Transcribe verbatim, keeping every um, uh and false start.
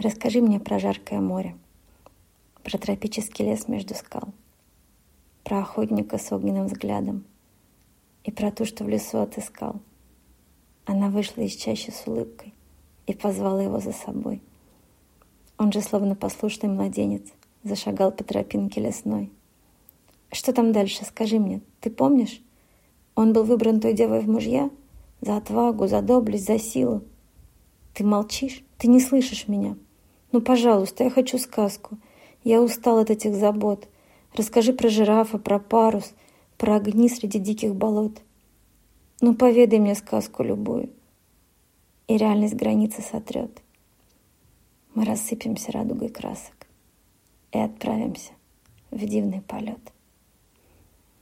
Расскажи мне про жаркое море, про тропический лес между скал, про охотника с огненным взглядом и про ту, что в лесу отыскал. Она вышла из чащи с улыбкой и позвала его за собой. Он же, словно послушный младенец, зашагал по тропинке лесной. Что там дальше, скажи мне, ты помнишь? Он был выбран той девой в мужья за отвагу, за доблесть, за силу. Ты молчишь? Ты не слышишь меня? Ну, пожалуйста, я хочу сказку. Я устал от этих забот. Расскажи про жирафа, про парус, про огни среди диких болот. Ну, поведай мне сказку любую. И реальность границы сотрет. Мы рассыпемся радугой красок и отправимся в дивный полет.